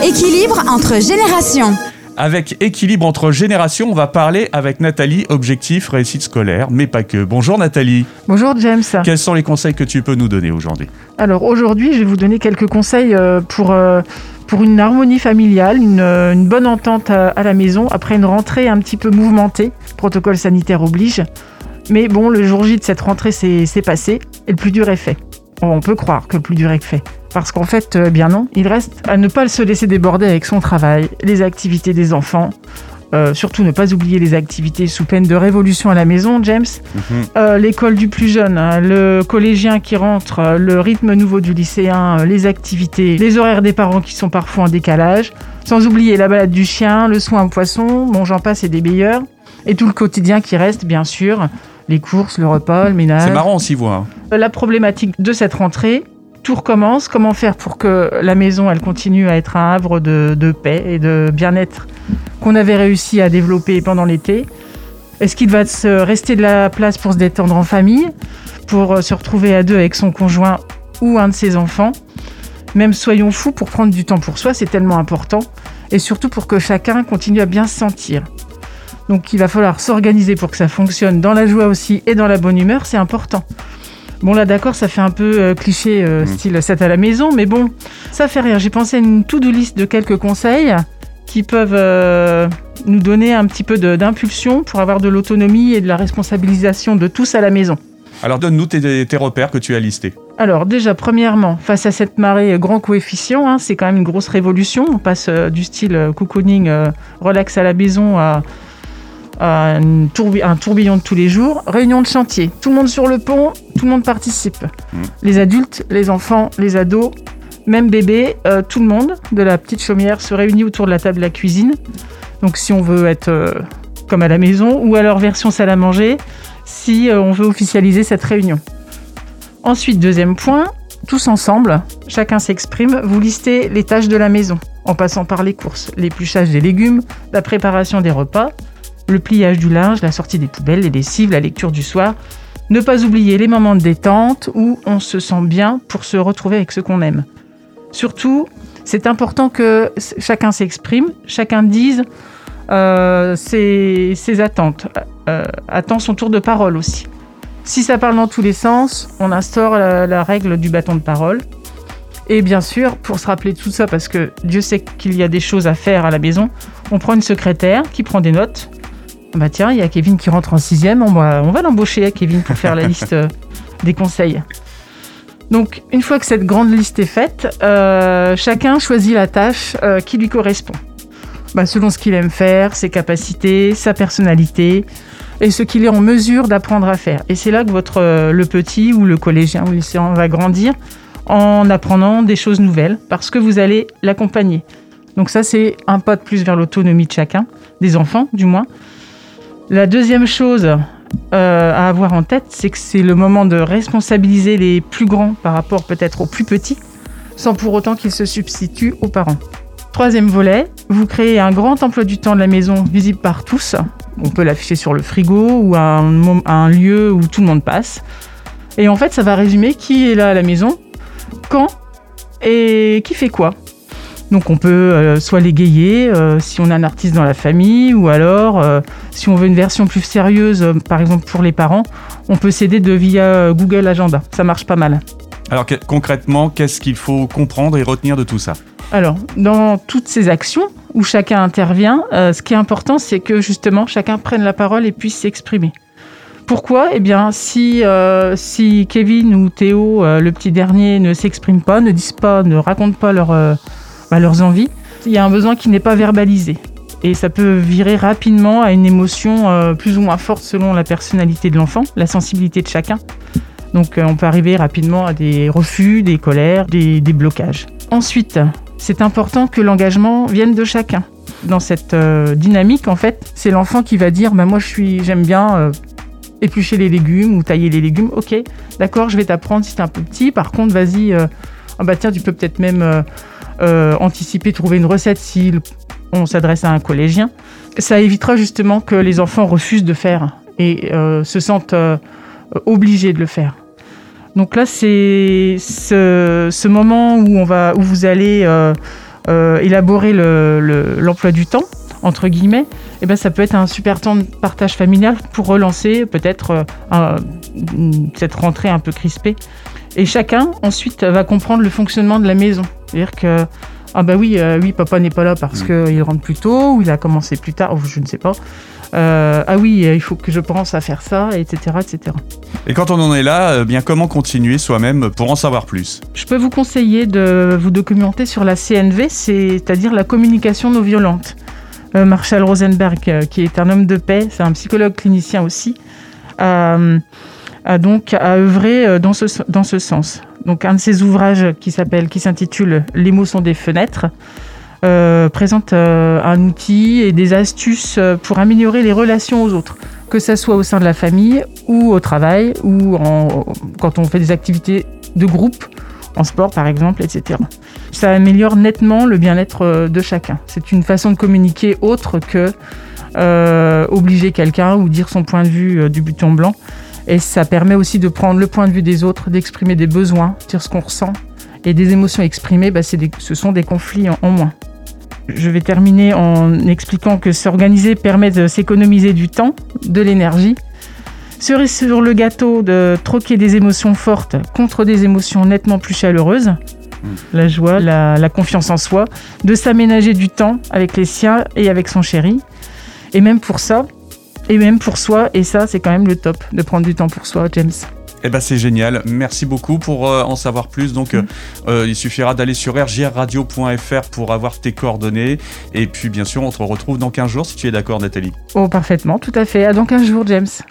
Équilibre entre générations. Avec Équilibre entre générations, on va parler avec Nathalie, objectif réussite scolaire, mais pas que. Bonjour Nathalie. Bonjour James. Quels sont les conseils que tu peux nous donner aujourd'hui ? Alors aujourd'hui, je vais vous donner quelques conseils pour une harmonie familiale, une bonne entente à la maison, après une rentrée un petit peu mouvementée, protocole sanitaire oblige. Mais bon, le jour J de cette rentrée, c'est passé et le plus dur est fait. On peut croire que le plus dur est fait. Parce qu'en fait, bien non, il reste à ne pas se laisser déborder avec son travail, les activités des enfants, surtout ne pas oublier les activités sous peine de révolution à la maison, James. L'école du plus jeune, le collégien qui rentre, le rythme nouveau du lycéen, les activités, les horaires des parents qui sont parfois en décalage, sans oublier la balade du chien, le soin aux poissons, bon j'en passe et des meilleurs, et tout le quotidien qui reste, bien sûr, les courses, le repas, le ménage. C'est marrant, on s'y voit. La problématique de cette rentrée, tout recommence. Comment faire pour que la maison, elle continue à être un havre de paix et de bien-être qu'on avait réussi à développer pendant l'été ? Est-ce qu'il va rester de la place pour se détendre en famille, pour se retrouver à deux avec son conjoint ou un de ses enfants ? Même soyons fous pour prendre du temps pour soi, c'est tellement important. Et surtout pour que chacun continue à bien se sentir. Donc il va falloir s'organiser pour que ça fonctionne dans la joie aussi et dans la bonne humeur, c'est important. Bon là d'accord, ça fait un peu cliché style 7 à la maison, mais bon, ça fait rien. J'ai pensé à une to-do list de quelques conseils qui peuvent nous donner un petit peu d'impulsion pour avoir de l'autonomie et de la responsabilisation de tous à la maison. Alors donne-nous tes repères que tu as listés. Alors déjà, premièrement, face à cette marée grand coefficient, c'est quand même une grosse révolution. On passe du style cocooning, relax à la maison à un tourbillon de tous les jours. Réunion de chantier, tout le monde sur le pont, tout le monde participe. Les adultes, les enfants, les ados, même bébés, tout le monde de la petite chaumière se réunit autour de la table de la cuisine. Donc si on veut être comme à la maison, ou alors version salle à manger, si on veut officialiser cette réunion. Ensuite, deuxième point, tous ensemble, chacun s'exprime, vous listez les tâches de la maison, en passant par les courses, l'épluchage des légumes, la préparation des repas, le pliage du linge, la sortie des poubelles, les lessives, la lecture du soir. Ne pas oublier les moments de détente où on se sent bien pour se retrouver avec ceux qu'on aime. Surtout, c'est important que chacun s'exprime, chacun dise ses attentes, attend son tour de parole aussi. Si ça parle dans tous les sens, on instaure la règle du bâton de parole. Et bien sûr, pour se rappeler tout ça, parce que Dieu sait qu'il y a des choses à faire à la maison, on prend une secrétaire qui prend des notes. Bah tiens, il y a Kevin qui rentre en 6e, on va l'embaucher, Kevin, pour faire la liste des conseils. Donc, une fois que cette grande liste est faite, chacun choisit la tâche qui lui correspond. Selon ce qu'il aime faire, ses capacités, sa personnalité, et ce qu'il est en mesure d'apprendre à faire. Et c'est là que le petit ou le collégien ou le lycéen va grandir en apprenant des choses nouvelles, parce que vous allez l'accompagner. Donc ça, c'est un pas de plus vers l'autonomie de chacun, des enfants du moins. La deuxième chose à avoir en tête, c'est que c'est le moment de responsabiliser les plus grands par rapport peut-être aux plus petits, sans pour autant qu'ils se substituent aux parents. Troisième volet, vous créez un grand emploi du temps de la maison visible par tous. On peut l'afficher sur le frigo ou à un lieu où tout le monde passe. Et en fait, ça va résumer qui est là à la maison, quand et qui fait quoi. Donc on peut soit l'égayer si on a un artiste dans la famille, ou alors si on veut une version plus sérieuse, par exemple pour les parents, on peut s'aider via Google Agenda. Ça marche pas mal. Alors concrètement, qu'est-ce qu'il faut comprendre et retenir de tout ça ? Alors, dans toutes ces actions où chacun intervient, ce qui est important, c'est que justement chacun prenne la parole et puisse s'exprimer. Pourquoi ? Eh bien, si Kevin ou Théo, le petit dernier, ne s'expriment pas, ne disent pas, ne racontent pas leurs envies, il y a un besoin qui n'est pas verbalisé. Et ça peut virer rapidement à une émotion plus ou moins forte selon la personnalité de l'enfant, la sensibilité de chacun. Donc on peut arriver rapidement à des refus, des colères, des blocages. Ensuite, c'est important que l'engagement vienne de chacun. Dans cette dynamique, en fait, c'est l'enfant qui va dire moi j'aime bien éplucher les légumes ou tailler les légumes. Ok, d'accord, je vais t'apprendre si t'es un peu petit. Par contre, vas-y, tiens, tu peux peut-être même anticiper, trouver une recette si on s'adresse à un collégien. Ça évitera justement que les enfants refusent de faire et se sentent obligés de le faire. Donc là, c'est ce moment où vous allez élaborer l'emploi du temps, entre guillemets, et ben ça peut être un super temps de partage familial pour relancer peut-être cette rentrée un peu crispée. Et chacun ensuite va comprendre le fonctionnement de la maison. C'est-à-dire que oui, papa n'est pas là parce qu'il rentre plus tôt ou il a commencé plus tard, je ne sais pas. Il faut que je pense à faire ça, etc., etc. Et quand on en est là, comment continuer soi-même pour en savoir plus ? Je peux vous conseiller de vous documenter sur la CNV, c'est-à-dire la communication non violente. Marshall Rosenberg, qui est un homme de paix, c'est un psychologue clinicien aussi, a œuvré dans ce sens. Donc un de ses ouvrages qui s'intitule « Les mots sont des fenêtres », présente un outil et des astuces pour améliorer les relations aux autres, que ça soit au sein de la famille ou au travail ou quand on fait des activités de groupe, en sport par exemple, etc. Ça améliore nettement le bien-être de chacun. C'est une façon de communiquer autre que obliger quelqu'un ou dire son point de vue du but en blanc. Et ça permet aussi de prendre le point de vue des autres, d'exprimer des besoins, dire ce qu'on ressent. Et des émotions exprimées, ce sont des conflits en moins. Je vais terminer en expliquant que s'organiser permet de s'économiser du temps, de l'énergie. Cerise sur le gâteau, de troquer des émotions fortes contre des émotions nettement plus chaleureuses. La joie, la confiance en soi. De s'aménager du temps avec les siens et avec son chéri. Et même pour ça, et même pour soi, et ça c'est quand même le top, de prendre du temps pour soi, James. C'est génial, merci beaucoup. Pour en savoir plus, donc il suffira d'aller sur rjrradio.fr pour avoir tes coordonnées. Et puis bien sûr, on te retrouve dans 15 jours si tu es d'accord, Nathalie. Oh, parfaitement, tout à fait. À dans 15 jours, James.